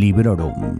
Librorum.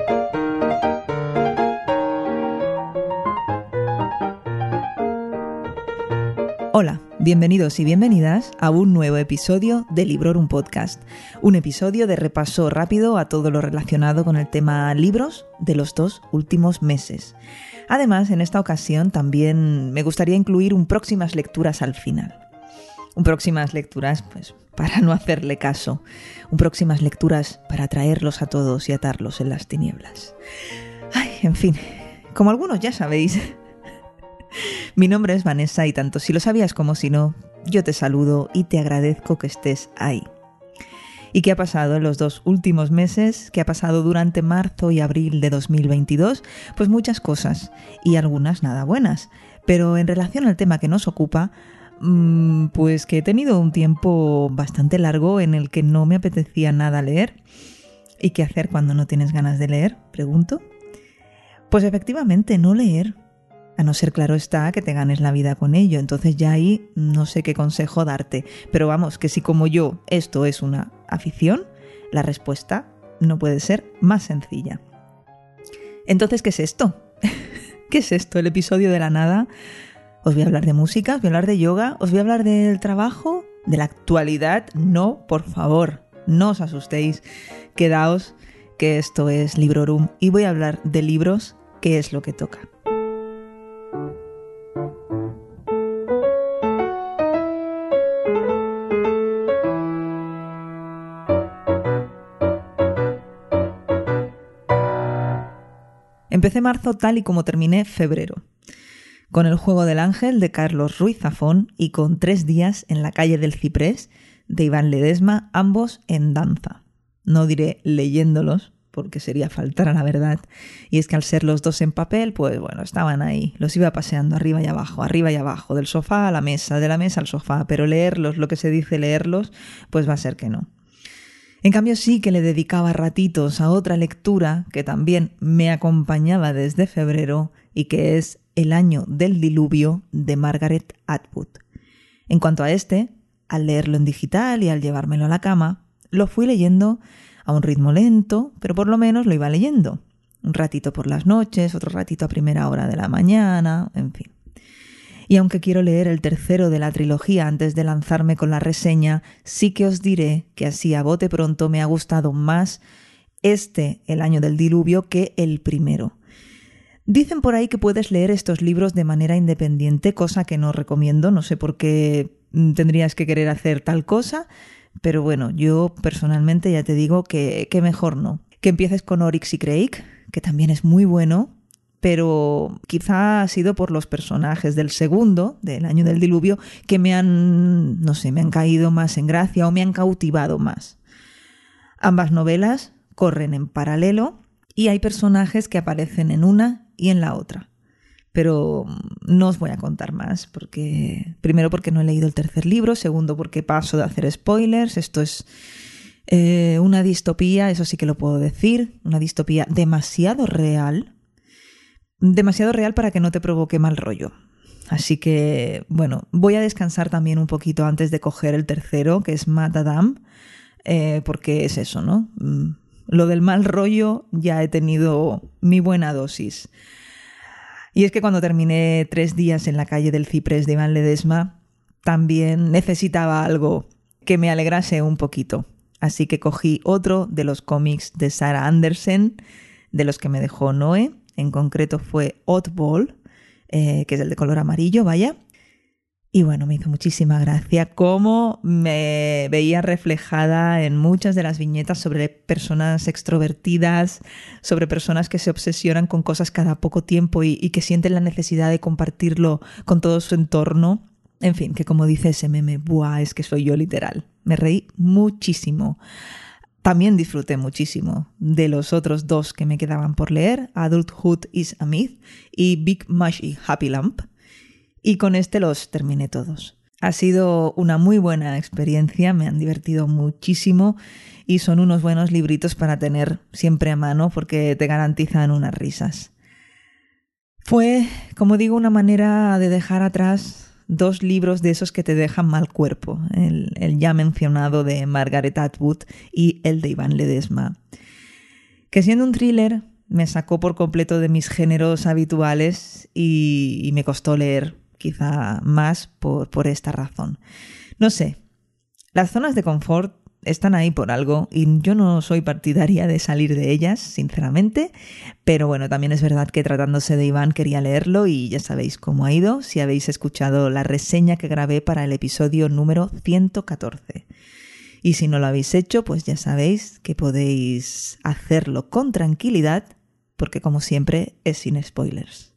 Hola, bienvenidos y bienvenidas a un nuevo episodio de Librorum Podcast, un episodio de repaso rápido a todo lo relacionado con el tema libros de los 2 últimos meses. Además, en esta ocasión también me gustaría incluir un próximas lecturas al final. Un próximas lecturas, pues, para no hacerle caso. Un próximas lecturas para atraerlos a todos y atarlos en las tinieblas. Ay, en fin, como algunos ya sabéis, mi nombre es Vanessa y tanto si lo sabías como si no, yo te saludo y te agradezco que estés ahí. ¿Y qué ha pasado en los 2 últimos meses? ¿Qué ha pasado durante marzo y abril de 2022? Pues muchas cosas y algunas nada buenas. Pero en relación al tema que nos ocupa, pues que he tenido un tiempo bastante largo en el que no me apetecía nada leer. ¿Y qué hacer cuando no tienes ganas de leer? Pregunto. Pues efectivamente, no leer. A no ser, claro está, que te ganes la vida con ello. Entonces ya ahí no sé qué consejo darte. Pero vamos, que si como yo esto es una afición, la respuesta no puede ser más sencilla. Entonces, ¿qué es esto? ¿Qué es esto? ¿El episodio de la nada? ¿Os voy a hablar de música? ¿Os voy a hablar de yoga? ¿Os voy a hablar del trabajo? ¿De la actualidad? No, por favor, no os asustéis. Quedaos, que esto es Librorum y voy a hablar de libros, que es lo que toca. Empecé marzo tal y como terminé febrero, con El juego del ángel de Carlos Ruiz Zafón y con 3 días en la calle del Ciprés de Iván Ledesma, ambos en danza. No diré leyéndolos, porque sería faltar a la verdad, y es que al ser los dos en papel, pues bueno, estaban ahí, los iba paseando arriba y abajo, del sofá a la mesa, de la mesa al sofá, pero leerlos, lo que se dice leerlos, pues va a ser que no. En cambio sí que le dedicaba ratitos a otra lectura que también me acompañaba desde febrero y que es El año del diluvio de Margaret Atwood. En cuanto a este, al leerlo en digital y al llevármelo a la cama, lo fui leyendo a un ritmo lento, pero por lo menos lo iba leyendo. Un ratito por las noches, otro ratito a primera hora de la mañana, en fin. Y aunque quiero leer el tercero de la trilogía antes de lanzarme con la reseña, sí que os diré que así a bote pronto me ha gustado más El año del diluvio que el primero. Dicen por ahí que puedes leer estos libros de manera independiente, cosa que no recomiendo, no sé por qué tendrías que querer hacer tal cosa, pero bueno, yo personalmente ya te digo que mejor no. Que empieces con Oryx y Crake, que también es muy bueno, pero quizá ha sido por los personajes del segundo, del año del diluvio, que me han caído más en gracia o me han cautivado más. Ambas novelas corren en paralelo y hay personajes que aparecen en una y en la otra. Pero no os voy a contar más, primero porque no he leído el tercer libro, segundo porque paso de hacer spoilers. Esto es una distopía, eso sí que lo puedo decir, una distopía demasiado real para que no te provoque mal rollo. Así que, bueno, voy a descansar también un poquito antes de coger el tercero, que es Macadam, porque es eso, ¿no? Lo del mal rollo ya he tenido mi buena dosis. Y es que cuando terminé 3 días en la calle del Ciprés de Iván Ledesma, también necesitaba algo que me alegrase un poquito. Así que cogí otro de los cómics de Sarah Andersen, de los que me dejó Noé. En concreto fue Oddball, que es el de color amarillo, vaya. Y bueno, me hizo muchísima gracia cómo me veía reflejada en muchas de las viñetas sobre personas extrovertidas, sobre personas que se obsesionan con cosas cada poco tiempo y que sienten la necesidad de compartirlo con todo su entorno. En fin, que como dice ese meme, ¡buah! Es que soy yo literal. Me reí muchísimo. También disfruté muchísimo de los otros 2 que me quedaban por leer, Adulthood is a Myth y Big Mushy Happy Lamp, y con este los terminé todos. Ha sido una muy buena experiencia, me han divertido muchísimo y son unos buenos libritos para tener siempre a mano porque te garantizan unas risas. Fue, como digo, una manera de dejar atrás 2 libros de esos que te dejan mal cuerpo, el ya mencionado de Margaret Atwood y el de Iván Ledesma. que siendo un thriller me sacó por completo de mis géneros habituales y me costó leer quizá más por esta razón. No sé, las zonas de confort están ahí por algo y yo no soy partidaria de salir de ellas, sinceramente, pero bueno, también es verdad que tratándose de Iván quería leerlo y ya sabéis cómo ha ido si habéis escuchado la reseña que grabé para el episodio número 114. Y si no lo habéis hecho, pues ya sabéis que podéis hacerlo con tranquilidad, porque como siempre es sin spoilers.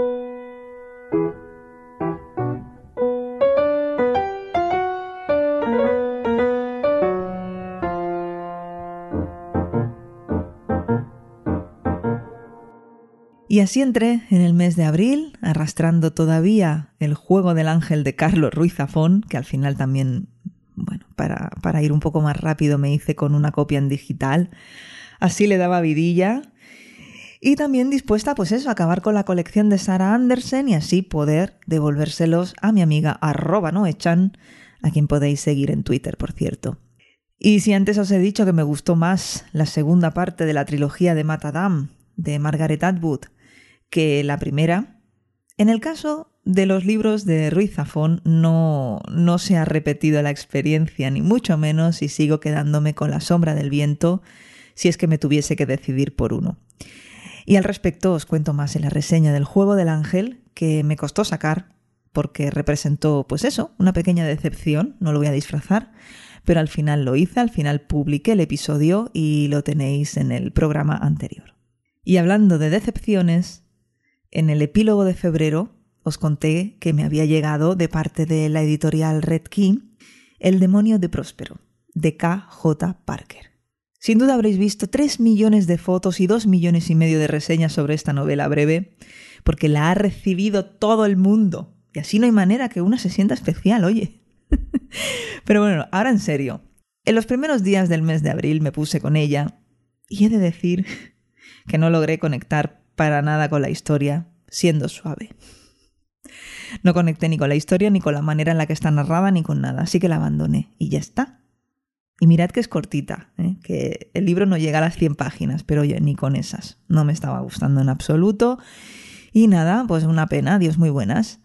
Y así entré en el mes de abril, arrastrando todavía El juego del ángel de Carlos Ruiz Zafón, que al final también, bueno, para ir un poco más rápido me hice con una copia en digital. Así le daba vidilla. Y también dispuesta, pues eso, a acabar con la colección de Sarah Andersen y así poder devolvérselos a mi amiga @noechan, a quien podéis seguir en Twitter, por cierto. Y si antes os he dicho que me gustó más la segunda parte de la trilogía de Matt Adam, de Margaret Atwood, que la primera, en el caso de los libros de Ruiz Zafón no se ha repetido la experiencia, ni mucho menos, y sigo quedándome con La sombra del viento si es que me tuviese que decidir por uno. Y al respecto os cuento más en la reseña del juego del ángel, que me costó sacar porque representó, pues eso, una pequeña decepción, no lo voy a disfrazar, pero al final lo hice, al final publiqué el episodio y lo tenéis en el programa anterior. Y hablando de decepciones, en el epílogo de febrero os conté que me había llegado de parte de la editorial Red Key El demonio de Próspero, de K.J. Parker. Sin duda habréis visto 3 millones de fotos y 2,5 millones de reseñas sobre esta novela breve, porque la ha recibido todo el mundo. Y así no hay manera que una se sienta especial, oye. Pero bueno, ahora en serio. En los primeros días del mes de abril me puse con ella y he de decir que no logré conectar para nada con la historia, siendo suave. No conecté ni con la historia, ni con la manera en la que está narrada, ni con nada, así que la abandoné y ya está. Y mirad que es cortita, que el libro no llega a las 100 páginas, pero oye, ni con esas. No me estaba gustando en absoluto. Y nada, pues una pena, adiós muy buenas.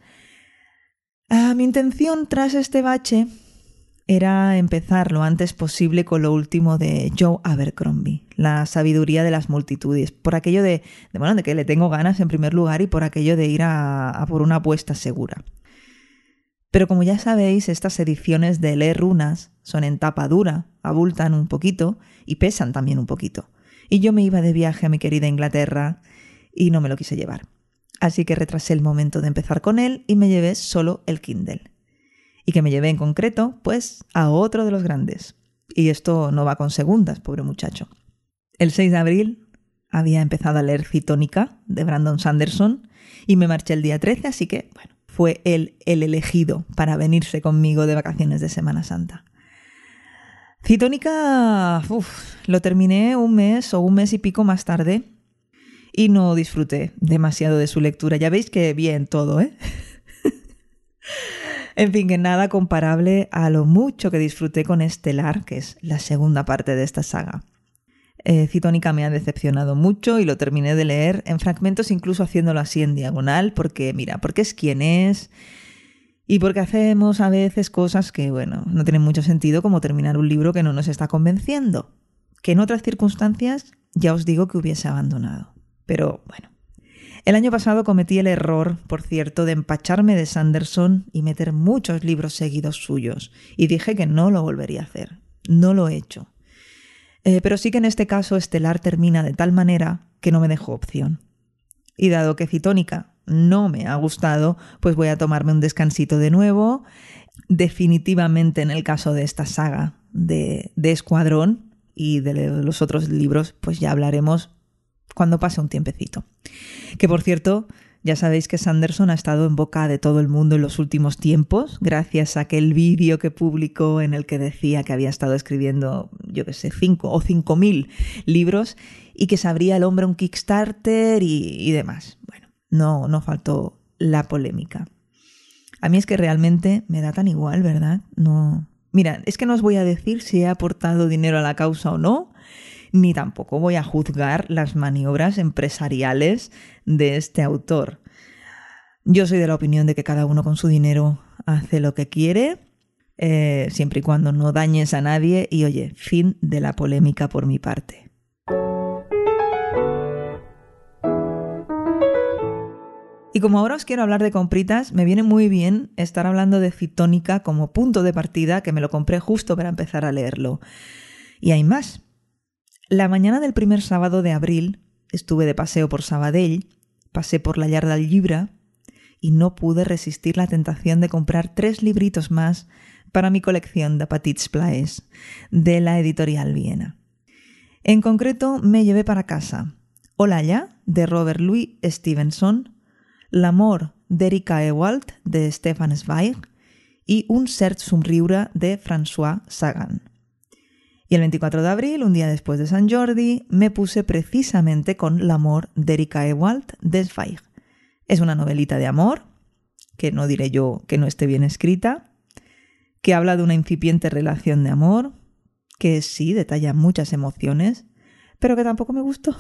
Mi intención tras este bache era empezar lo antes posible con lo último de Joe Abercrombie, La sabiduría de las multitudes, por aquello de que le tengo ganas en primer lugar y por aquello de ir a por una apuesta segura. Pero como ya sabéis, estas ediciones de Leer Runas son en tapa dura, abultan un poquito y pesan también un poquito. Y yo me iba de viaje a mi querida Inglaterra y no me lo quise llevar. Así que retrasé el momento de empezar con él y me llevé solo el Kindle. Y que me llevé en concreto, pues, a otro de los grandes. Y esto no va con segundas, pobre muchacho. El 6 de abril había empezado a leer Citónica, de Brandon Sanderson, y me marché el día 13, así que, bueno, fue él el elegido para venirse conmigo de vacaciones de Semana Santa. Citónica, lo terminé un mes o un mes y pico más tarde y no disfruté demasiado de su lectura. Ya veis que bien todo, ¿eh? En fin, que nada comparable a lo mucho que disfruté con Estelar, que es la segunda parte de esta saga. Citónica me ha decepcionado mucho y lo terminé de leer en fragmentos, incluso haciéndolo así en diagonal, porque es quien es y porque hacemos a veces cosas que, bueno, no tienen mucho sentido, como terminar un libro que no nos está convenciendo, que en otras circunstancias ya os digo que hubiese abandonado. Pero bueno. El año pasado cometí el error, por cierto, de empacharme de Sanderson y meter muchos libros seguidos suyos. Y dije que no lo volvería a hacer. No lo he hecho. Pero sí que en este caso Estelar termina de tal manera que no me dejó opción. Y dado que Citónica no me ha gustado, pues voy a tomarme un descansito de nuevo. Definitivamente en el caso de esta saga de Escuadrón y de los otros libros, pues ya hablaremos cuando pase un tiempecito. Que por cierto, ya sabéis que Sanderson ha estado en boca de todo el mundo en los últimos tiempos, gracias a aquel vídeo que publicó en el que decía que había estado escribiendo, 5 o 5.000 libros y que se abría el hombre un Kickstarter y demás. Bueno, no faltó la polémica. A mí es que realmente me da tan igual, ¿verdad? No. Mira, es que no os voy a decir si he aportado dinero a la causa o no, ni tampoco voy a juzgar las maniobras empresariales de este autor. Yo soy de la opinión de que cada uno con su dinero hace lo que quiere, siempre y cuando no dañes a nadie y, oye, fin de la polémica por mi parte. Y como ahora os quiero hablar de compritas, me viene muy bien estar hablando de Citónica como punto de partida, que me lo compré justo para empezar a leerlo. Y hay más. La mañana del primer sábado de abril estuve de paseo por Sabadell, pasé por la Llar del Llibre y no pude resistir la tentación de comprar 3 libritos más para mi colección de Petits Plaers de la editorial Viena. En concreto, me llevé para casa Olalla, de Robert Louis Stevenson, L'amor d'Erika Ewald, de Stefan Zweig, y Un cert somriure, de François Sagan. Y el 24 de abril, un día después de Sant Jordi, me puse precisamente con L'amor d'Erika Ewald, de Zweig. Es una novelita de amor, que no diré yo que no esté bien escrita, que habla de una incipiente relación de amor, que sí detalla muchas emociones, pero que tampoco me gustó.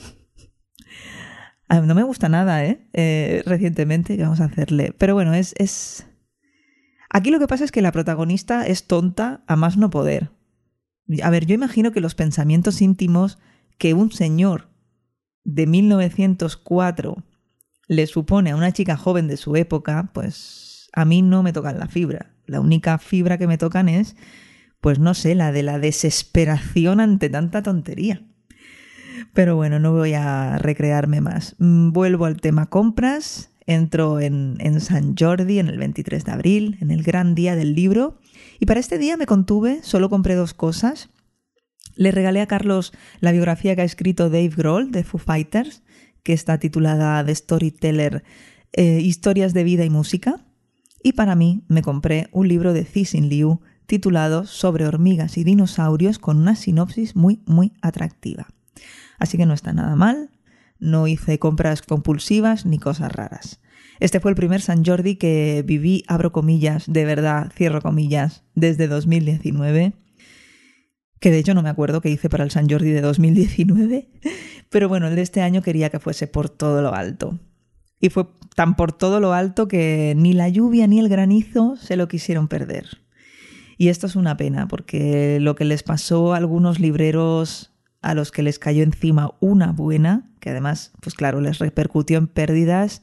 No me gusta nada, recientemente, ¿qué vamos a hacerle? Pero bueno, es... Aquí lo que pasa es que la protagonista es tonta a más no poder. A ver, yo imagino que los pensamientos íntimos que un señor de 1904 le supone a una chica joven de su época, pues a mí no me tocan la fibra. La única fibra que me tocan es, pues no sé, la de la desesperación ante tanta tontería. Pero bueno, no voy a recrearme más. Vuelvo al tema compras. Entro en Sant Jordi, en el 23 de abril, en el gran día del libro. Y para este día me contuve, solo compré 2 cosas. Le regalé a Carlos la biografía que ha escrito Dave Grohl de Foo Fighters, que está titulada The Storyteller, Historias de vida y música. Y para mí me compré un libro de Cixin Liu titulado Sobre hormigas y dinosaurios, con una sinopsis muy, muy atractiva. Así que no está nada mal, no hice compras compulsivas ni cosas raras. Este fue el primer Sant Jordi que viví, abro comillas, de verdad, cierro comillas, desde 2019, que de hecho no me acuerdo qué hice para el Sant Jordi de 2019, pero bueno, el de este año quería que fuese por todo lo alto. Y fue tan por todo lo alto que ni la lluvia ni el granizo se lo quisieron perder. Y esto es una pena, porque lo que les pasó a algunos libreros a los que les cayó encima una buena, que además, pues claro, les repercutió en pérdidas.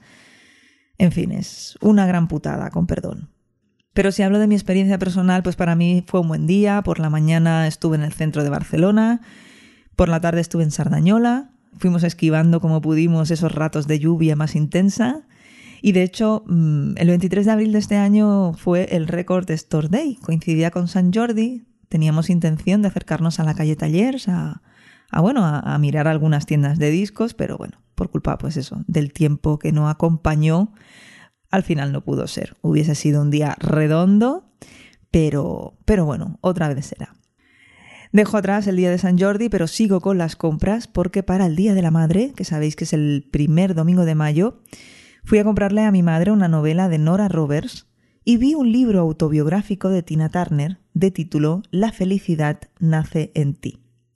En fin, es una gran putada, con perdón. Pero si hablo de mi experiencia personal, pues para mí fue un buen día. Por la mañana estuve en el centro de Barcelona, por la tarde estuve en Sardañola, fuimos esquivando como pudimos esos ratos de lluvia más intensa. Y de hecho, el 23 de abril de este año fue el Record Store Day, coincidía con Sant Jordi. Teníamos intención de acercarnos a la calle Tallers, a mirar algunas tiendas de discos, pero bueno, por culpa, pues eso, del tiempo que no acompañó, al final no pudo ser. Hubiese sido un día redondo, pero bueno, otra vez será. Dejo atrás el día de Sant Jordi, pero sigo con las compras porque para el Día de la Madre, que sabéis que es el primer domingo de mayo, fui a comprarle a mi madre una novela de Nora Roberts y vi un libro autobiográfico de Tina Turner de título La felicidad nace en ti.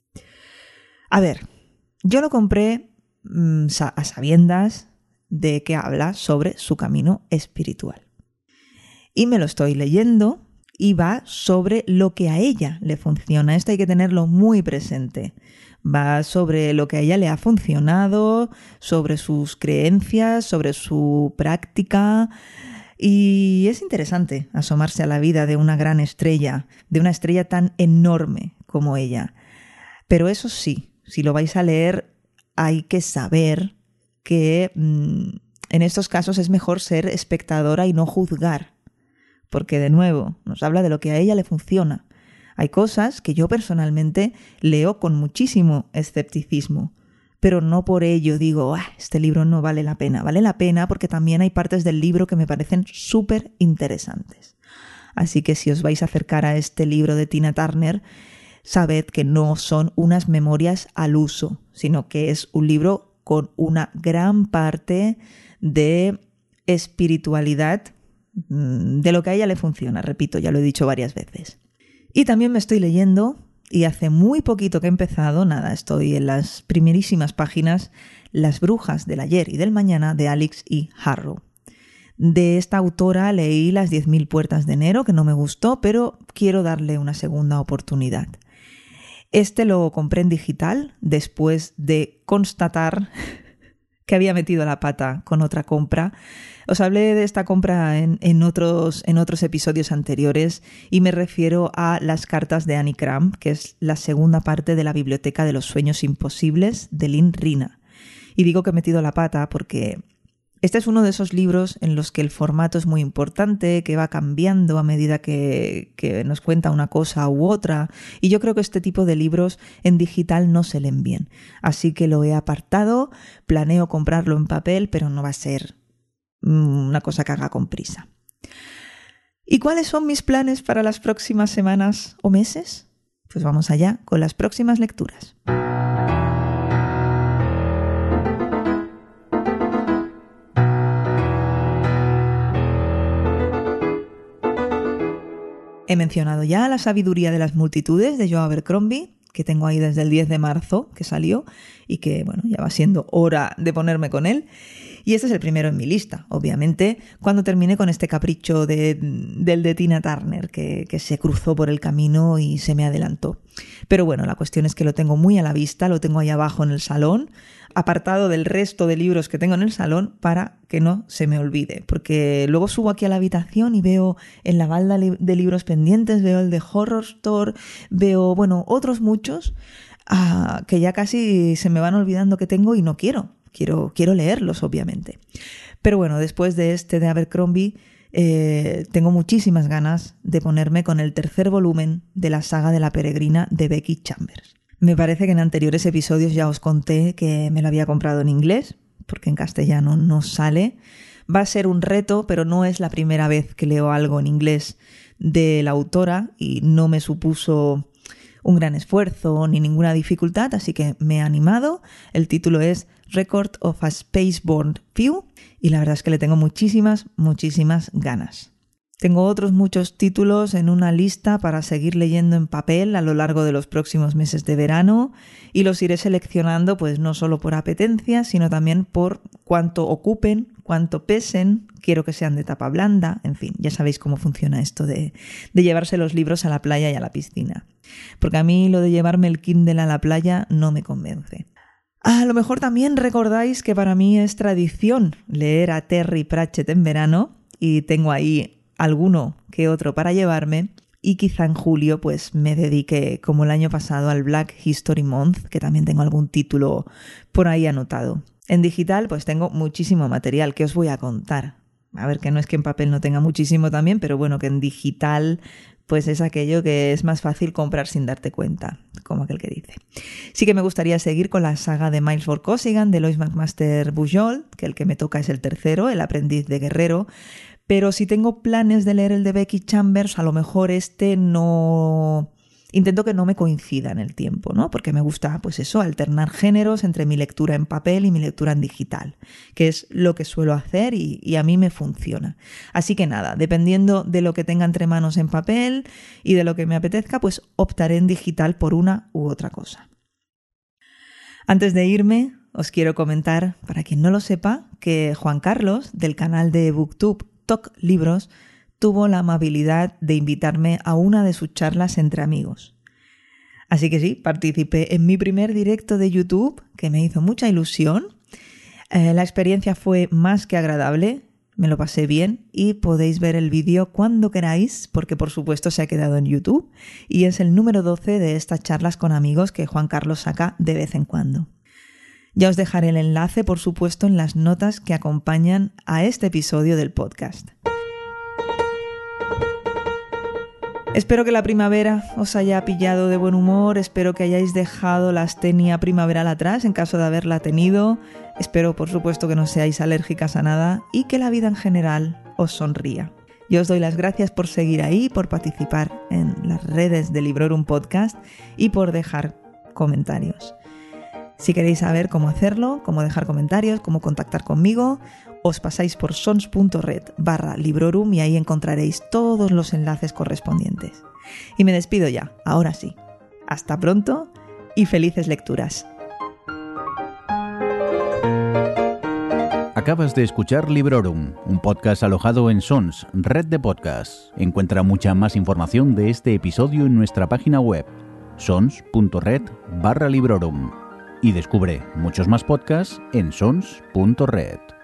A ver, yo lo compré a sabiendas de que habla sobre su camino espiritual. Y me lo estoy leyendo y va sobre lo que a ella le funciona. Esto hay que tenerlo muy presente. Va sobre lo que a ella le ha funcionado, sobre sus creencias, sobre su práctica. Y es interesante asomarse a la vida de una gran estrella, de una estrella tan enorme como ella. Pero eso sí, si lo vais a leer, hay que saber que en estos casos es mejor ser espectadora y no juzgar. Porque, de nuevo, nos habla de lo que a ella le funciona. Hay cosas que yo personalmente leo con muchísimo escepticismo, pero no por ello digo, este libro no vale la pena. Vale la pena porque también hay partes del libro que me parecen súper interesantes. Así que si os vais a acercar a este libro de Tina Turner, sabed que no son unas memorias al uso, sino que es un libro con una gran parte de espiritualidad, de lo que a ella le funciona. Repito, ya lo he dicho varias veces. Y también me estoy leyendo y hace muy poquito que he empezado, estoy en las primerísimas páginas, Las brujas del ayer y del mañana de Alix E. Harrow. De esta autora leí Las 10.000 puertas de enero, que no me gustó, pero quiero darle una segunda oportunidad. Este lo compré en digital después de constatar que había metido la pata con otra compra. Os hablé de esta compra en otros episodios anteriores y me refiero a Las cartas de Annie Cramp, que es la segunda parte de la Biblioteca de los Sueños Imposibles de Lynn Rina. Y digo que he metido la pata porque este es uno de esos libros en los que el formato es muy importante, que va cambiando a medida que nos cuenta una cosa u otra, y yo creo que este tipo de libros en digital no se leen bien. Así que lo he apartado, planeo comprarlo en papel, pero no va a ser una cosa que haga con prisa. ¿Y cuáles son mis planes para las próximas semanas o meses? Pues vamos allá con las próximas lecturas. He mencionado ya La sabiduría de las multitudes de Joe Abercrombie, que tengo ahí desde el 10 de marzo, que salió, y que bueno, ya va siendo hora de ponerme con él. Y este es el primero en mi lista, obviamente, cuando terminé con este capricho del de Tina Turner, que se cruzó por el camino y se me adelantó. Pero bueno, la cuestión es que lo tengo muy a la vista, lo tengo ahí abajo en el salón, apartado del resto de libros que tengo en el salón para que no se me olvide, porque luego subo aquí a la habitación y veo en la balda de libros pendientes, veo el de Horror Store, veo, bueno, otros muchos que ya casi se me van olvidando que tengo y no quiero leerlos, obviamente. Pero bueno, después de este de Abercrombie, tengo muchísimas ganas de ponerme con el tercer volumen de la saga de la peregrina de Becky Chambers. Me parece que en anteriores episodios ya os conté que me lo había comprado en inglés, porque en castellano no sale. Va a ser un reto, pero no es la primera vez que leo algo en inglés de la autora y no me supuso un gran esfuerzo ni ninguna dificultad, así que me he animado. El título es Record of a Spaceborne Few y la verdad es que le tengo muchísimas ganas. Tengo otros muchos títulos en una lista para seguir leyendo en papel a lo largo de los próximos meses de verano y los iré seleccionando pues no solo por apetencia, sino también por cuánto ocupen, cuánto pesen, quiero que sean de tapa blanda, en fin, ya sabéis cómo funciona esto de llevarse los libros a la playa y a la piscina. Porque a mí lo de llevarme el Kindle a la playa no me convence. A lo mejor también recordáis que para mí es tradición leer a Terry Pratchett en verano y tengo ahí alguno que otro para llevarme y quizá en julio pues me dedique como el año pasado al Black History Month, que también tengo algún título por ahí anotado. En digital pues tengo muchísimo material que os voy a contar. A ver, que no es que en papel no tenga muchísimo también, pero bueno, que en digital pues es aquello que es más fácil comprar sin darte cuenta, como aquel que dice. Sí que me gustaría seguir con la saga de Miles Ford Cossigan, de Lois McMaster Bujold, que el que me toca es el tercero, El aprendiz de guerrero, pero si tengo planes de leer el de Becky Chambers, a lo mejor no... Intento que no me coincida en el tiempo, ¿no? Porque me gusta, pues eso, alternar géneros entre mi lectura en papel y mi lectura en digital, que es lo que suelo hacer y a mí me funciona. Así que nada, dependiendo de lo que tenga entre manos en papel y de lo que me apetezca, pues optaré en digital por una u otra cosa. Antes de irme, os quiero comentar, para quien no lo sepa, que Juan Carlos, del canal de BookTube Talk Libros, tuvo la amabilidad de invitarme a una de sus charlas entre amigos. Así que sí, participé en mi primer directo de YouTube, que me hizo mucha ilusión. La experiencia fue más que agradable, me lo pasé bien y podéis ver el vídeo cuando queráis, porque por supuesto se ha quedado en YouTube y es el número 12 de estas charlas con amigos que Juan Carlos saca de vez en cuando. Ya os dejaré el enlace, por supuesto, en las notas que acompañan a este episodio del podcast. Espero que la primavera os haya pillado de buen humor, espero que hayáis dejado la astenia primaveral atrás en caso de haberla tenido, espero por supuesto que no seáis alérgicas a nada y que la vida en general os sonría. Yo os doy las gracias por seguir ahí, por participar en las redes de Librorum Podcast y por dejar comentarios. Si queréis saber cómo hacerlo, cómo dejar comentarios, cómo contactar conmigo, os pasáis por sons.red/Librorum y ahí encontraréis todos los enlaces correspondientes. Y me despido ya, ahora sí. Hasta pronto y felices lecturas. Acabas de escuchar Librorum, un podcast alojado en Sons, red de podcasts. Encuentra mucha más información de este episodio en nuestra página web, sons.red/Librorum. Y descubre muchos más podcasts en sons.red.